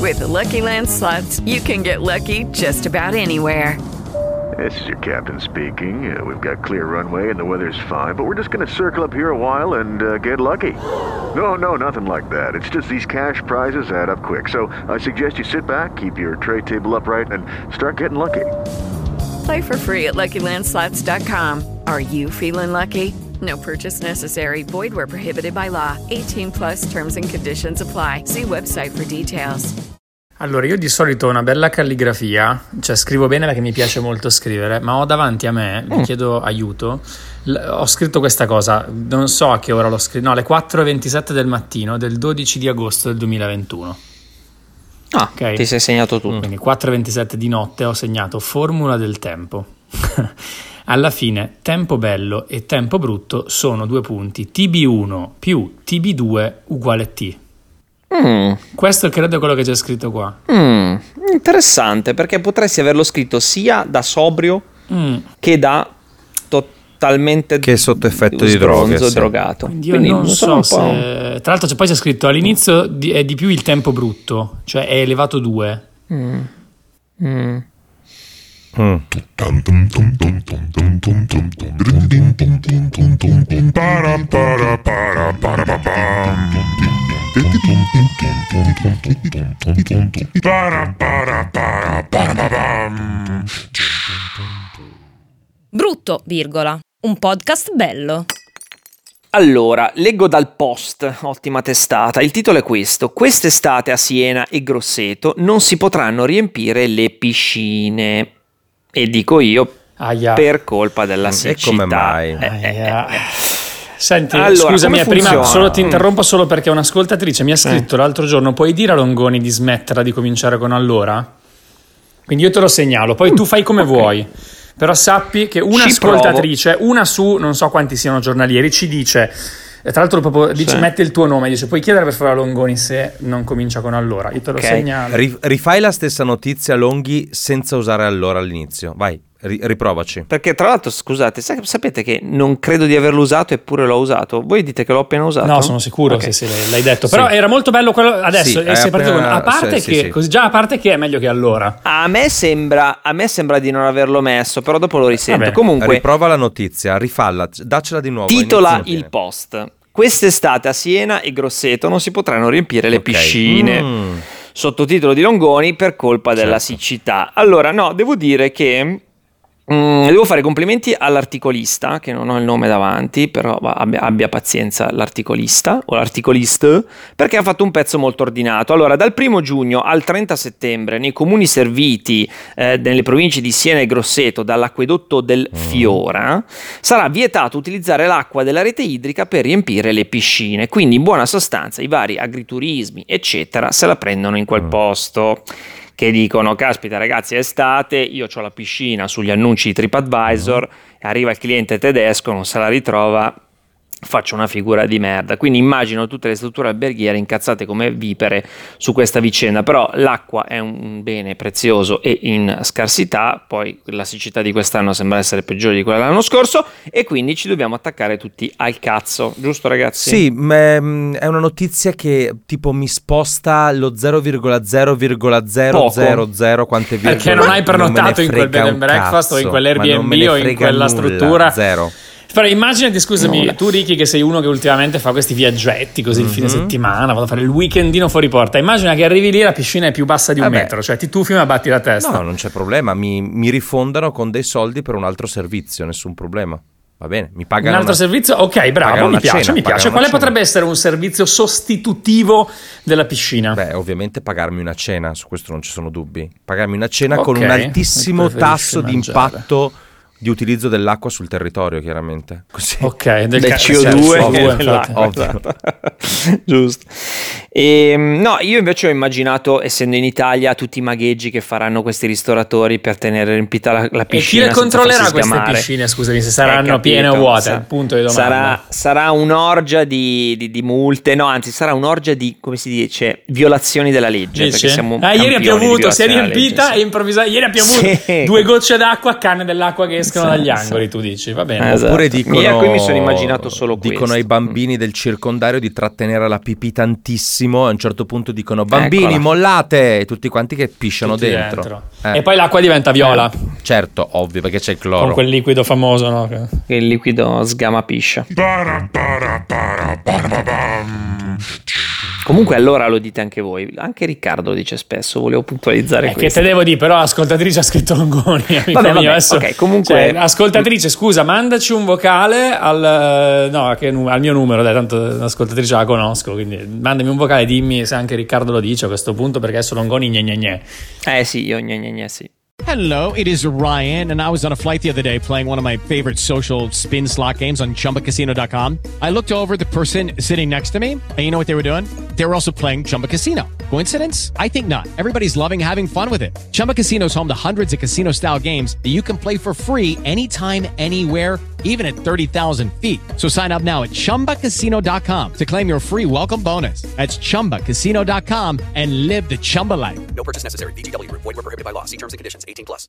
With the Lucky Land Slots, you can get lucky just about anywhere. This is your captain speaking. We've got clear runway and the weather's fine, but we're just going to circle up here a while and get lucky. No, nothing like that. It's just these cash prizes add up quick. So I suggest you sit back, keep your tray table upright, and start getting lucky. Play for free at LuckyLandSlots.com. Are you feeling lucky? No purchase necessary. Void where prohibited by law. 18 plus terms and conditions apply. See website for details. Allora, io di solito ho una bella calligrafia, cioè scrivo bene perché mi piace molto scrivere, ma ho davanti a me, vi chiedo aiuto, ho scritto questa cosa, non so a che ora l'ho scritto, no, alle 4:27 del mattino del 12 di agosto del 2021. Ah, okay? Ti sei segnato tutto. Quindi 4:27 di notte ho segnato formula del tempo. Alla fine, tempo bello e tempo brutto sono 2 punti, TB1 più TB2 uguale T. Questo credo è quello che c'è scritto qua. Interessante, perché potresti averlo scritto sia da sobrio che da totalmente che sotto effetto di droghe, drogato. Quindi non so se... Tra l'altro poi c'è scritto all'inizio è di più il tempo brutto, cioè è elevato 2. Brutto, virgola. Un podcast bello. Allora, leggo dal Post, ottima testata. Il titolo è questo: quest'estate a Siena e Grosseto non si potranno riempire le piscine. E dico io, per colpa della siccità. E come mai? Senti, allora, scusami, prima funziona? ti interrompo solo perché un'ascoltatrice mi ha scritto l'altro giorno: puoi dire a Longoni di smetterla di cominciare con allora? Quindi io te lo segnalo, poi tu fai come vuoi. Però sappi che un'ascoltatrice, una su non so quanti siano giornalieri, ci dice, tra l'altro proprio dice, mette il tuo nome, dice puoi chiedere per favore a Longoni se non comincia con allora. Io te lo segnalo. Rifai la stessa notizia, Longhi, senza usare allora all'inizio. Vai, riprovaci. Perché tra l'altro, scusate, sapete che non credo di averlo usato eppure l'ho usato. Voi dite che l'ho appena usato? No, sono sicuro che se l'hai detto. Però era molto bello quello adesso. A parte così già a parte che è meglio che allora. A me sembra di non averlo messo, però dopo lo risento. Vabbè. Comunque, riprova la notizia, rifalla, daccela di nuovo. Titola il Post: quest'estate a Siena e Grosseto non si potranno riempire le piscine. Sottotitolo di Longoni: per colpa della siccità. Allora, no, devo dire che devo fare complimenti all'articolista, che non ho il nome davanti, però abbia pazienza l'articolista o l'articoliste, perché ha fatto un pezzo molto ordinato. Allora, dal 1 giugno al 30 settembre nei comuni serviti nelle province di Siena e Grosseto dall'acquedotto del Fiora sarà vietato utilizzare l'acqua della rete idrica per riempire le piscine. Quindi, in buona sostanza, i vari agriturismi eccetera se la prendono in quel posto, che dicono: caspita ragazzi, è estate, io ho la piscina sugli annunci di TripAdvisor, arriva il cliente tedesco, non se la ritrova, faccio una figura di merda. Quindi immagino tutte le strutture alberghiere incazzate come vipere su questa vicenda. Però l'acqua è un bene prezioso e in scarsità, poi la siccità di quest'anno sembra essere peggiore di quella dell'anno scorso, e quindi ci dobbiamo attaccare tutti al cazzo, giusto ragazzi? Sì, è una notizia che tipo mi sposta lo 0,0,000 quante virgole, perché non hai prenotato in quel bed and breakfast o in quell'Airbnb o in quella struttura. Zero. Però immaginati, scusami, tu Ricky che sei uno che ultimamente fa questi viaggetti così il fine settimana, vado a fare il weekendino fuori porta, immagina che arrivi lì e la piscina è più bassa di un metro, cioè ti tuffi ma batti la testa. No, non c'è problema, mi rifondano con dei soldi per un altro servizio, nessun problema. Va bene, mi pagano un altro servizio? Ok, bravo, mi piace. Quale potrebbe essere un servizio sostitutivo della piscina? Beh, ovviamente pagarmi una cena, su questo non ci sono dubbi. Pagarmi una cena con un altissimo tasso di impatto di utilizzo dell'acqua sul territorio, chiaramente. Così. Ok, del CO2 dell'acqua. Giusto. No, io invece ho immaginato, essendo in Italia, tutti i magheggi che faranno questi ristoratori per tenere riempita la piscina. E chi le controllerà queste piscine, scusami, se saranno piene o vuote? Il punto di domanda. Sarà un'orgia di multe, no, anzi sarà un'orgia di, come si dice, violazioni della legge. Perché siamo ieri ha piovuto, si è riempita e improvvisamente ieri ha piovuto 2 gocce d'acqua, canne dell'acqua che escono dagli angoli, tu dici, va bene. Esatto. Oppure dicono, qui mi sono immaginato solo dicono questo. ai bambini del circondario di trattenere la pipì tantissimo, a un certo punto dicono bambini Eccola. mollate, e tutti quanti che pisciano Tutti dentro. E poi l'acqua diventa viola, Certo, ovvio, perché c'è il cloro. con quel liquido famoso, no? Il liquido sgama piscia. Comunque allora lo dite anche voi, anche Riccardo lo dice spesso, volevo puntualizzare Che questo. te devo dire, però l'ascoltatrice ha scritto Longoni, amico Vabbè, mio. Adesso, ok, comunque- ascoltatrice, scusa, mandaci un vocale al mio numero, dai, tanto l'ascoltatrice la conosco, quindi mandami un vocale, dimmi se anche Riccardo lo dice a questo punto, perché adesso Longoni gne. Sì, io sì. Hello, it is Ryan, and I was on a flight the other day playing one of my favorite social spin slot games on ChumbaCasino.com. I looked over at the person sitting next to me, and you know what they were doing? They were also playing Chumba Casino. Coincidence? I think not. Everybody's loving having fun with it. Chumba Casino is home to hundreds of casino-style games that you can play for free anytime, anywhere, even at 30,000 feet. So sign up now at ChumbaCasino.com to claim your free welcome bonus. That's ChumbaCasino.com and live the Chumba life. No purchase necessary. VGW. Void where prohibited by law. See terms and conditions. 18+.